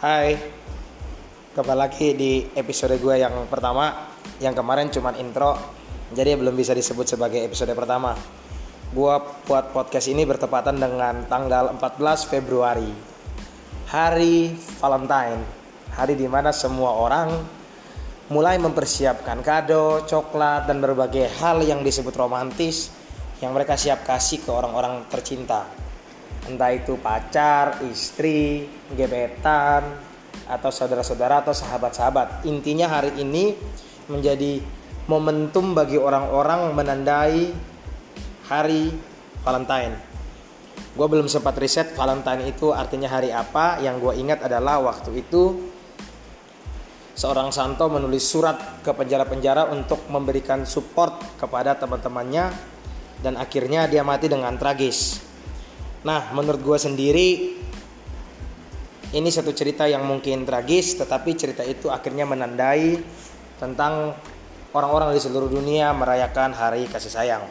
Hai, kembali lagi di episode gue yang pertama. Yang kemarin cuman intro, jadi belum bisa disebut sebagai episode pertama. Gue buat podcast ini bertepatan dengan tanggal 14 Februari, Hari Valentine. Hari dimana semua orang mulai mempersiapkan kado, coklat, dan berbagai hal yang disebut romantis yang mereka siap kasih ke orang-orang tercinta. Entah itu pacar, istri, gebetan, atau saudara-saudara atau sahabat-sahabat. Intinya hari ini menjadi momentum bagi orang-orang menandai hari Valentine. Gue belum sempat riset Valentine itu artinya hari apa. Yang gue ingat adalah waktu itu seorang santo menulis surat ke penjara-penjara untuk memberikan support kepada teman-temannya, dan akhirnya dia mati dengan tragis. Nah, menurut gue sendiri ini satu cerita yang mungkin tragis, tetapi cerita itu akhirnya menandai tentang orang-orang di seluruh dunia merayakan hari kasih sayang.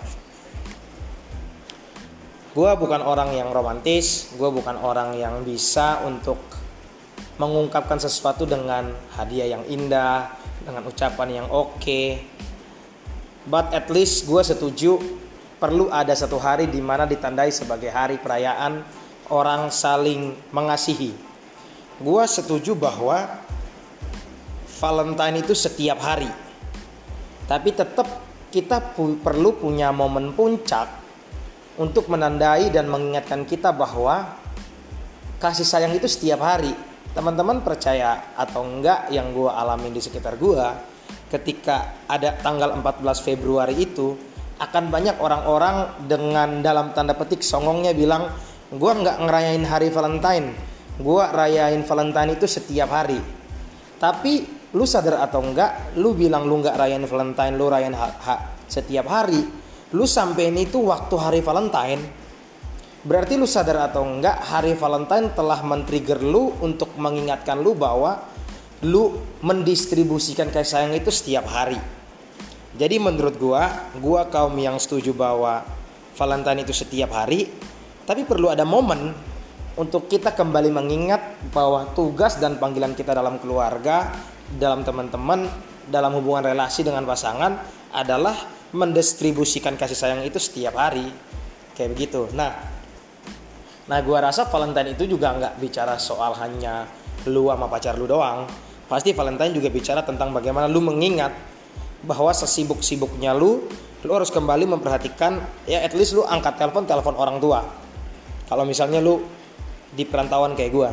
Gue bukan orang yang romantis, gue bukan orang yang bisa untuk mengungkapkan sesuatu dengan hadiah yang indah, dengan ucapan yang oke. But at least gue setuju perlu ada satu hari di mana ditandai sebagai hari perayaan orang saling mengasihi. Gua setuju bahwa Valentine itu setiap hari. Tapi tetap kita perlu punya momen puncak untuk menandai dan mengingatkan kita bahwa kasih sayang itu setiap hari. Teman-teman percaya atau enggak, yang gua alamin di sekitar gua, ketika ada tanggal 14 Februari itu akan banyak orang-orang dengan dalam tanda petik songongnya bilang, gue gak ngerayain hari Valentine, gue rayain Valentine itu setiap hari. Tapi lu sadar atau enggak, lu bilang lu gak rayain Valentine, lu rayain setiap hari, lu sampein itu waktu hari Valentine. Berarti lu sadar atau enggak, hari Valentine telah men-trigger lu untuk mengingatkan lu bahwa lu mendistribusikan kasih sayang itu setiap hari. Jadi menurut gua kaum yang setuju bahwa Valentine itu setiap hari, tapi perlu ada momen untuk kita kembali mengingat bahwa tugas dan panggilan kita dalam keluarga, dalam teman-teman, dalam hubungan relasi dengan pasangan adalah mendistribusikan kasih sayang itu setiap hari. Kayak begitu. Nah gua rasa Valentine itu juga nggak bicara soal hanya lu sama pacar lu doang. Pasti Valentine juga bicara tentang bagaimana lu mengingat bahwa sesibuk-sibuknya lu harus kembali memperhatikan, ya at least lu angkat telepon orang tua. Kalau misalnya lu di perantauan kayak gue,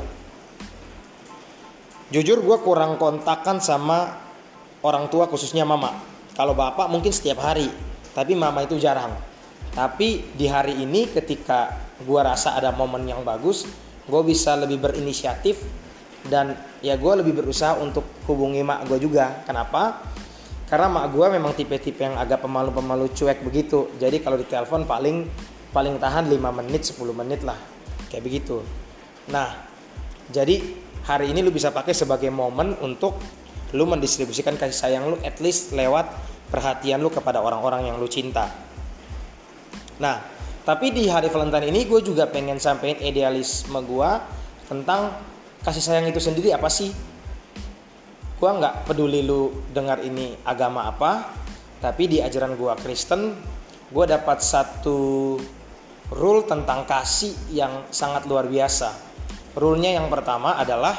jujur gue kurang kontakan sama orang tua, khususnya mama. Kalau bapak mungkin setiap hari, tapi mama itu jarang. Tapi di hari ini ketika gue rasa ada momen yang bagus, gue bisa lebih berinisiatif, dan ya gue lebih berusaha untuk hubungi mak gue juga. Kenapa? Karena mak gue memang tipe-tipe yang agak pemalu-pemalu, cuek begitu. Jadi kalau ditelepon paling tahan 5 menit 10 menit lah, kayak begitu. Nah, jadi hari ini lu bisa pakai sebagai momen untuk lu mendistribusikan kasih sayang lu, at least lewat perhatian lu kepada orang-orang yang lu cinta. Nah, tapi di hari Valentine ini gue juga pengen sampein idealisme gue tentang kasih sayang itu sendiri apa sih. Gue gak peduli lu dengar ini agama apa, tapi di ajaran gue Kristen, gue dapat satu rule tentang kasih yang sangat luar biasa. Rule-nya yang pertama adalah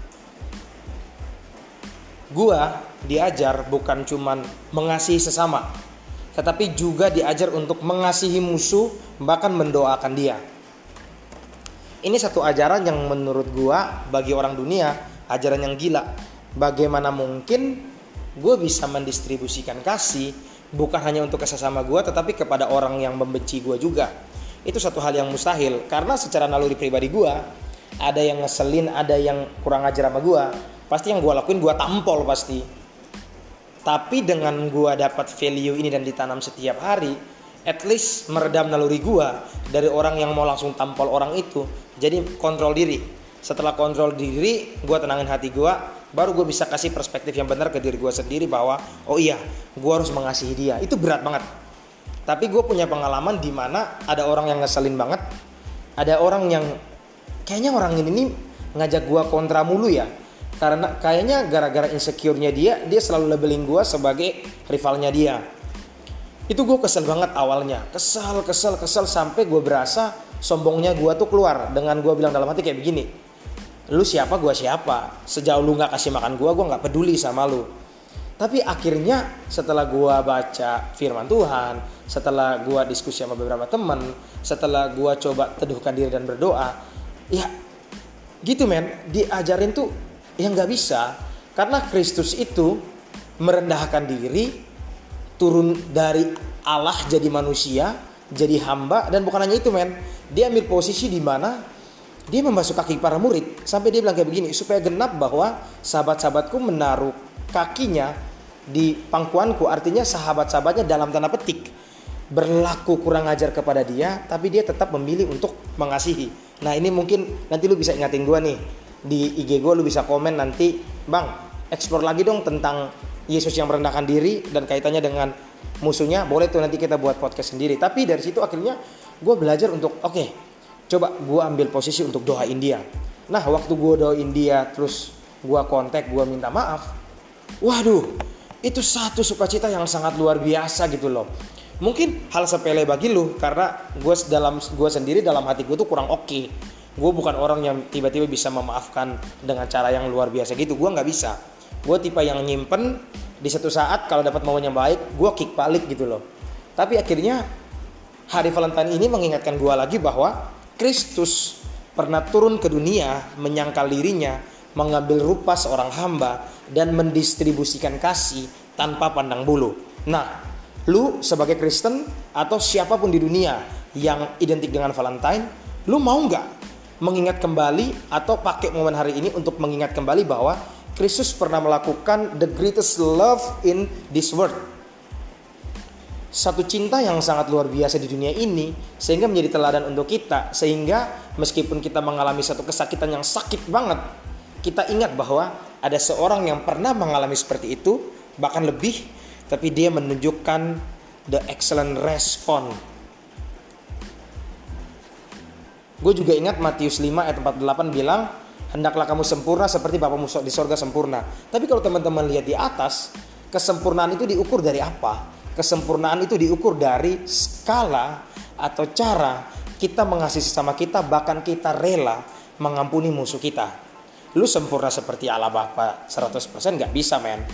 gue diajar bukan cuman mengasihi sesama, tetapi juga diajar untuk mengasihi musuh, bahkan mendoakan dia. Ini satu ajaran yang menurut gue bagi orang dunia ajaran yang gila. Bagaimana mungkin gue bisa mendistribusikan kasih bukan hanya untuk sesama gue, tetapi kepada orang yang membenci gue juga. Itu satu hal yang mustahil, karena secara naluri pribadi gue, ada yang ngeselin, ada yang kurang ajar sama gue, pasti yang gue lakuin gue tampol pasti. Tapi dengan gue dapat value ini dan ditanam setiap hari, at least meredam naluri gue dari orang yang mau langsung tampol orang itu. Jadi kontrol diri. Setelah kontrol diri, gue tenangin hati gue, baru gue bisa kasih perspektif yang benar ke diri gue sendiri bahwa oh iya, gue harus mengasihi dia. Itu berat banget. Tapi gue punya pengalaman di mana ada orang yang ngeselin banget, ada orang yang kayaknya orang ini ngajak gue kontra mulu ya? Karena kayaknya gara-gara insecure-nya dia selalu labeling gue sebagai rivalnya dia. Itu gue kesel banget awalnya. Kesel sampai gue berasa sombongnya gue tuh keluar. Dengan gue bilang dalam hati kayak begini, lu siapa, gue siapa? Sejauh lu gak kasih makan gue gak peduli sama lu. Tapi akhirnya setelah gue baca firman Tuhan, setelah gue diskusi sama beberapa teman, setelah gue coba teduhkan diri dan berdoa, ya gitu diajarin tuh yang gak bisa. Karena Kristus itu merendahkan diri, turun dari Allah jadi manusia, jadi hamba. Dan bukan hanya itu dia ambil posisi di mana dia membasuh kaki para murid. Sampai dia bilang kayak begini, supaya genap bahwa sahabat-sahabatku menaruh kakinya di pangkuanku. Artinya sahabat-sahabatnya dalam tanda petik berlaku kurang ajar kepada dia, tapi dia tetap memilih untuk mengasihi. Nah ini mungkin nanti lu bisa ingatin gue nih, di IG gue lu bisa komen nanti, bang explore lagi dong tentang Yesus yang merendahkan diri dan kaitannya dengan musuhnya. Boleh tuh nanti kita buat podcast sendiri. Tapi dari situ akhirnya gue belajar untuk coba gue ambil posisi untuk doain dia. Nah waktu gue doain dia, terus gue kontak, gue minta maaf, waduh itu satu sukacita yang sangat luar biasa gitu loh. Mungkin hal sepele bagi lu, karena gue sendiri dalam hati gue tuh kurang oke. Gue bukan orang yang tiba-tiba bisa memaafkan dengan cara yang luar biasa gitu. Gue nggak bisa. Gue tipe yang nyimpen, di satu saat kalau dapat momen yang baik gue kick balik gitu loh. Tapi akhirnya hari Valentine ini mengingatkan gue lagi bahwa Kristus pernah turun ke dunia, menyangkal dirinya, mengambil rupa seorang hamba dan mendistribusikan kasih tanpa pandang bulu. Nah, lu sebagai Kristen atau siapapun di dunia yang identik dengan Valentine, lu mau nggak mengingat kembali atau pakai momen hari ini untuk mengingat kembali bahwa Kristus pernah melakukan the greatest love in this world. Satu cinta yang sangat luar biasa di dunia ini, sehingga menjadi teladan untuk kita. Sehingga meskipun kita mengalami satu kesakitan yang sakit banget, kita ingat bahwa ada seorang yang pernah mengalami seperti itu, bahkan lebih, tapi dia menunjukkan the excellent response. Gue juga ingat Matius 5 ayat 48 bilang, hendaklah kamu sempurna seperti Bapamu di sorga sempurna. Tapi kalau teman-teman lihat di atas, kesempurnaan itu diukur dari apa? Kesempurnaan itu diukur dari skala atau cara kita mengasihi sesama kita, bahkan kita rela mengampuni musuh kita. Lu sempurna seperti Allah Bapa 100% gak bisa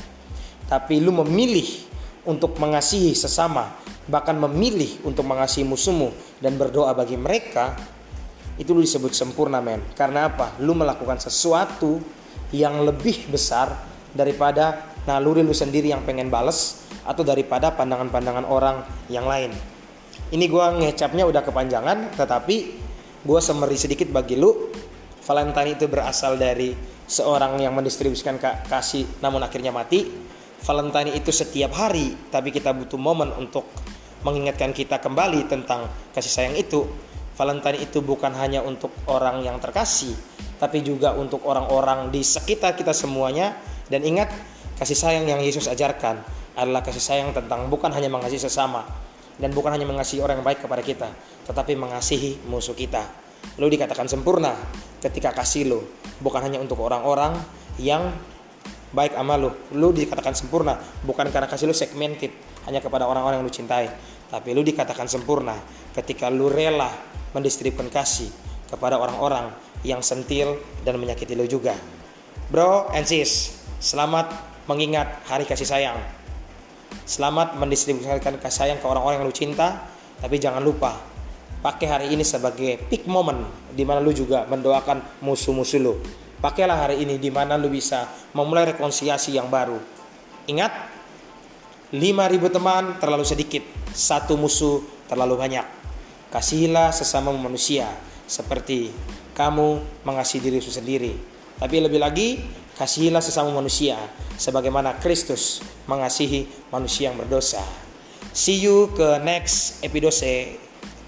Tapi lu memilih untuk mengasihi sesama, bahkan memilih untuk mengasihi musuhmu dan berdoa bagi mereka, itu lu disebut sempurna Karena apa? Lu melakukan sesuatu yang lebih besar daripada naluri lu sendiri yang pengen bales, atau daripada pandangan-pandangan orang yang lain. Ini gue ngecapnya udah kepanjangan, tetapi gue summary sedikit bagi lu. Valentine itu berasal dari seorang yang mendistribusikan kasih namun akhirnya mati. Valentine itu setiap hari, tapi kita butuh momen untuk mengingatkan kita kembali tentang kasih sayang itu. Valentine itu bukan hanya untuk orang yang terkasih, tapi juga untuk orang-orang di sekitar kita semuanya. Dan ingat, kasih sayang yang Yesus ajarkan adalah kasih sayang tentang bukan hanya mengasihi sesama, dan bukan hanya mengasihi orang yang baik kepada kita, tetapi mengasihi musuh kita. Lu dikatakan sempurna ketika kasih lu bukan hanya untuk orang-orang yang baik sama lu. Lu dikatakan sempurna bukan karena kasih lu segmented hanya kepada orang-orang yang lu cintai, tapi lu dikatakan sempurna ketika lu rela mendistribusikan kasih kepada orang-orang yang sentil dan menyakiti lu juga. Bro and sis, selamat mengingat hari kasih sayang. Selamat mendistribusikan kasih sayang ke orang-orang yang lu cinta. Tapi jangan lupa, pakai hari ini sebagai peak moment di mana lu juga mendoakan musuh-musuh lu. Pakailah hari ini di mana lu bisa memulai rekonsiliasi yang baru. Ingat, 5.000 teman terlalu sedikit, 1 musuh terlalu banyak. Kasihilah sesama manusia seperti kamu mengasihi diri sendiri. Tapi lebih lagi, kasihilah sesama manusia sebagaimana Kristus mengasihi manusia yang berdosa. See you ke next episode.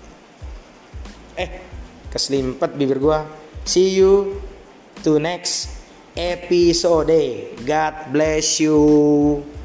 Keselimpet bibir gua. See you to next episode. God bless you.